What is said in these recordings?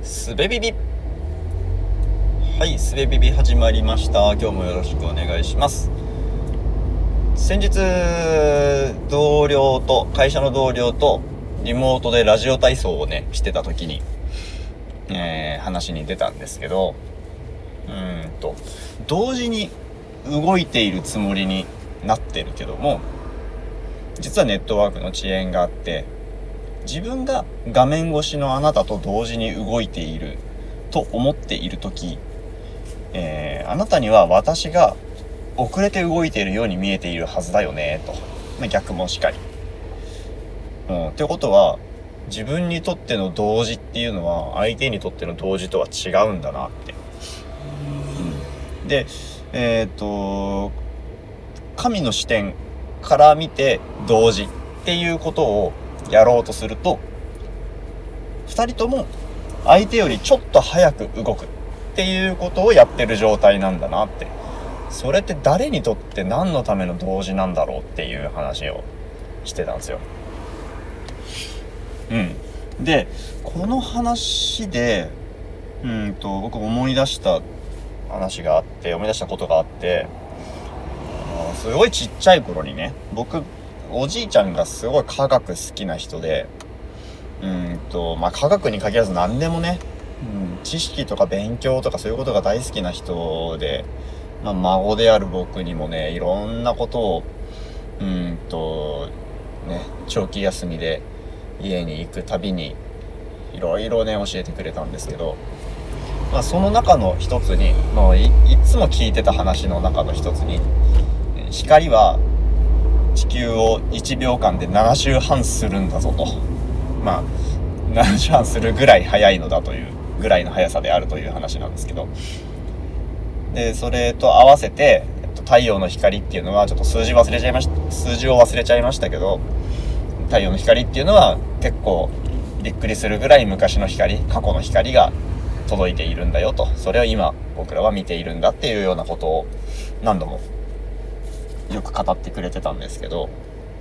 すべビビ。はい、すべビビ始まりました。今日もよろしくお願いします。先日会社の同僚とリモートでラジオ体操をねしてた時に、話に出たんですけど、同時に動いているつもりになってるけども、実はネットワークの遅延があって、自分が画面越しのあなたと同時に動いていると思っているとき、あなたには私が遅れて動いているように見えているはずだよねと、逆もしかり。ってことは、自分にとっての同時っていうのは相手にとっての同時とは違うんだなって。で、神の視点から見て同時っていうことをやろうとすると、二人とも相手よりちょっと早く動くっていうことをやってる状態なんだなって。それって誰にとって何のための同時なんだろうっていう話をしてたんですよ。で、この話で僕思い出したことがあって、すごいちっちゃい頃にね、僕おじいちゃんがすごい科学好きな人で、科学に限らず何でもね、知識とか勉強とかそういうことが大好きな人で、孫である僕にもね、いろんなことを長期休みで家に行くたびにいろいろね教えてくれたんですけど、その中の一つに、いつも聞いてた話の中の一つに、光は地球を1秒間で7周半するんだぞと、7周半するぐらい速いのだというぐらいの速さであるという話なんですけど、でそれと合わせて太陽の光っていうのはちょっと数字を忘れちゃいましたけど、太陽の光っていうのは結構びっくりするぐらい昔の光、過去の光が届いているんだよと、それを今僕らは見ているんだっていうようなことを何度もよく語ってくれてたんですけど、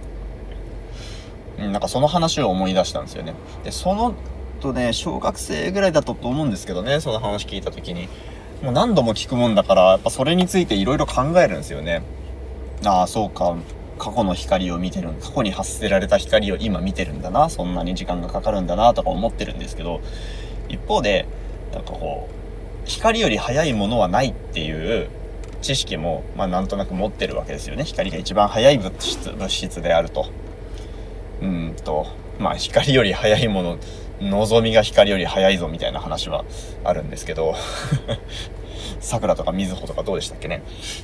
その話を思い出したんですよね。でそのとね、小学生ぐらいだったと思うんですけどね、その話聞いた時にもう何度も聞くもんだから、やっぱそれについていろいろ考えるんですよね。そうか、過去に発せられた光を今見てるんだな、そんなに時間がかかるんだなとか思ってるんですけど、一方で光より速いものはないっていう知識もなんとなく持ってるわけですよね。光が一番速い物質であると。光より速いもの、望みが光より速いぞみたいな話はあるんですけど桜とか瑞穂とかどうでしたっけね。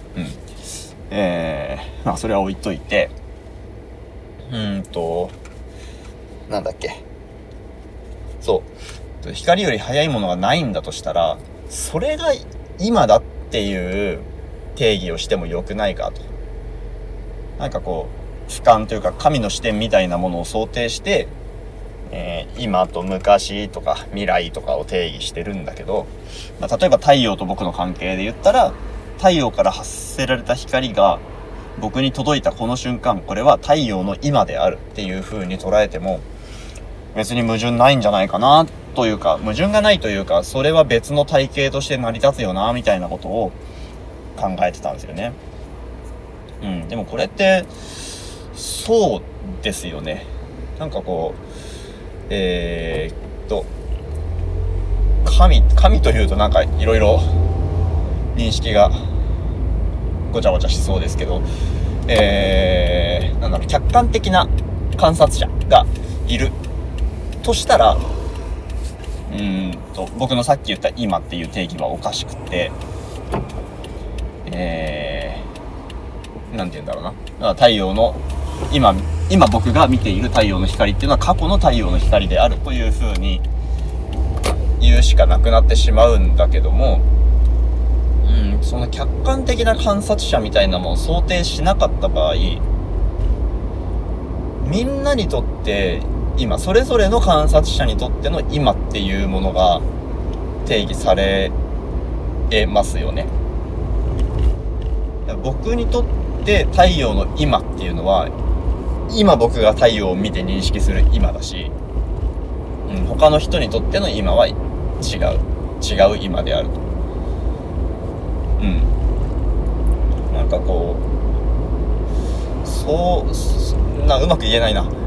それは置いといて、なんだっけ、光より速いものがないんだとしたら、それが今だっていう定義をしてもよくないかと。俯瞰というか神の視点みたいなものを想定して、今と昔とか未来とかを定義してるんだけど、例えば太陽と僕の関係で言ったら、太陽から発せられた光が僕に届いたこの瞬間、これは太陽の今であるっていう風に捉えても別に矛盾ないんじゃないかなというか、矛盾がないというか、それは別の体系として成り立つよなみたいなことを考えてたんですよね。でもこれってそうですよね。神というといろいろ認識がごちゃごちゃしそうですけど、客観的な観察者がいるとしたら、僕のさっき言った今っていう定義はおかしくて、なんて言うんだろうな。太陽の今僕が見ている太陽の光っていうのは過去の太陽の光であるという風に言うしかなくなってしまうんだけども、その客観的な観察者みたいなものを想定しなかった場合、みんなにとって今、それぞれの観察者にとっての今っていうものが定義されますよね。僕にとって太陽の今っていうのは今僕が太陽を見て認識する今だし、他の人にとっての今は違う今であると。なんかこううまく言えないな。こ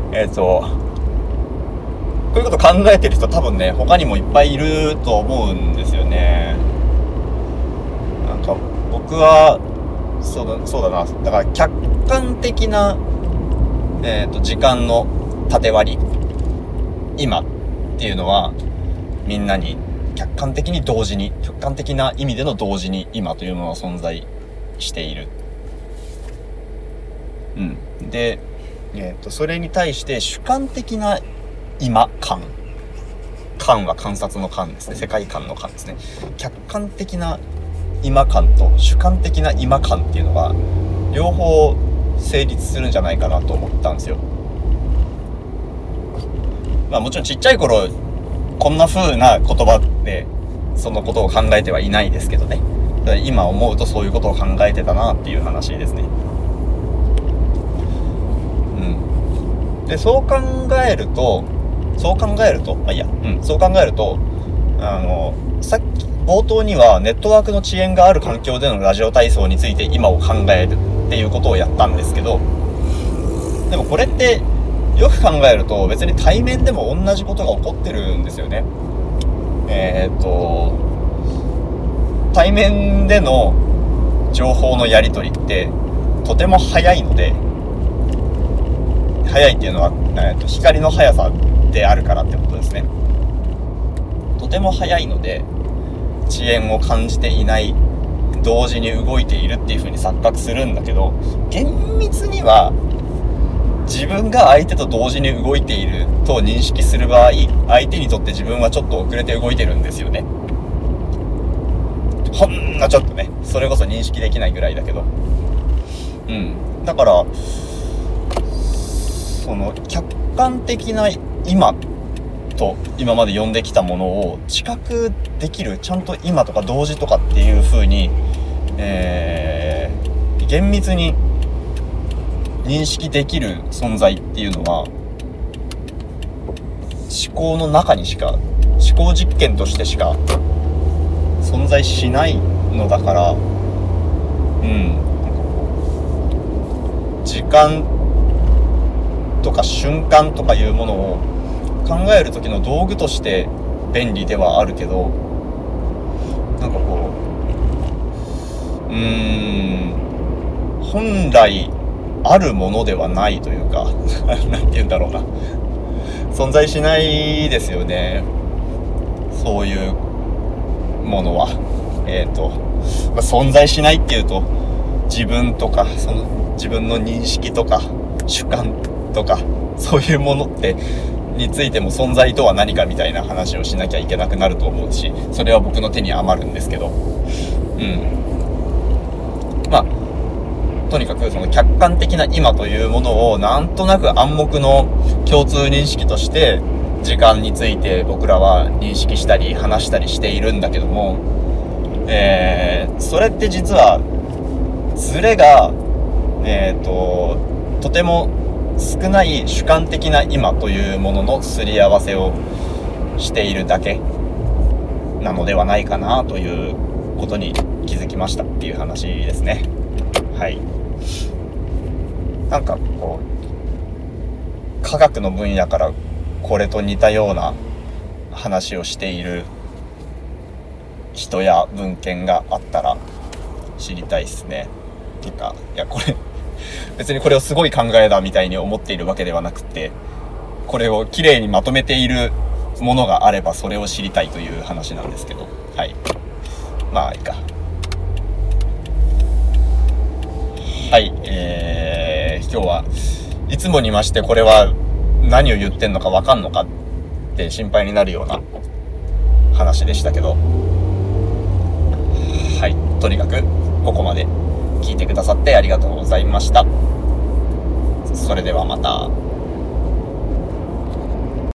ういうこと考えてる人多分ね他にもいっぱいいると思うんですよね。なんか僕はそうだな、だから客観的な、時間の縦割り今っていうのはみんなに客観的な意味での同時に今というものが存在している。で、それに対して主観的な今観は観察の観ですね。世界観の観ですね。客観的な今観と主観的な今観っていうのが両方成立するんじゃないかなと思ったんですよ。もちろんちっちゃい頃こんな風な言葉でそのことを考えてはいないですけどね。だから今思うとそういうことを考えてたなっていう話ですね。でそう考えるとさっき冒頭にはネットワークの遅延がある環境でのラジオ体操について今を考えるっていうことをやったんですけど、でもこれってよく考えると別に対面でも同じことが起こってるんですよね。対面での情報のやり取りってとても早いので、早いっていうのは、光の速さであるからってことですね。とても早いので遅延を感じていない、同時に動いているっていう風に錯覚するんだけど、厳密には自分が相手と同時に動いていると認識する場合、相手にとって自分はちょっと遅れて動いてるんですよね。ほんのちょっとね、それこそ認識できないぐらいだけど、だからその客観的な今と今まで呼んできたものを知覚できる、ちゃんと今とか同時とかっていう風に、厳密に認識できる存在っていうのは思考の中にしか、思考実験としてしか存在しないのだから、時間とか瞬間とかいうものを考える時の道具として便利ではあるけど、なんかこう本来あるものではないというかなんて言うんだろうな、存在しないですよね、そういうものは。存在しないっていうと自分とかその自分の認識とか主観とかそういうものってについても存在とは何かみたいな話をしなきゃいけなくなると思うし、それは僕の手に余るんですけど、とにかくその客観的な今というものをなんとなく暗黙の共通認識として時間について僕らは認識したり話したりしているんだけども、それって実はズレがとても少ない主観的な今というもののすり合わせをしているだけなのではないかなということに気づきましたっていう話ですね。はい。なんかこう科学の分野からこれと似たような話をしている人や文献があったら知りたいですね。てか、いやこれ別にこれをすごい考えだみたいに思っているわけではなくて、これをきれいにまとめているものがあればそれを知りたいという話なんですけど、はい。まあいいか。はい、今日はいつもにましてこれは何を言ってんのか分かんのかって心配になるような話でしたけど、はい、とにかくここまで聞いてくださってありがとうございました。それではまた。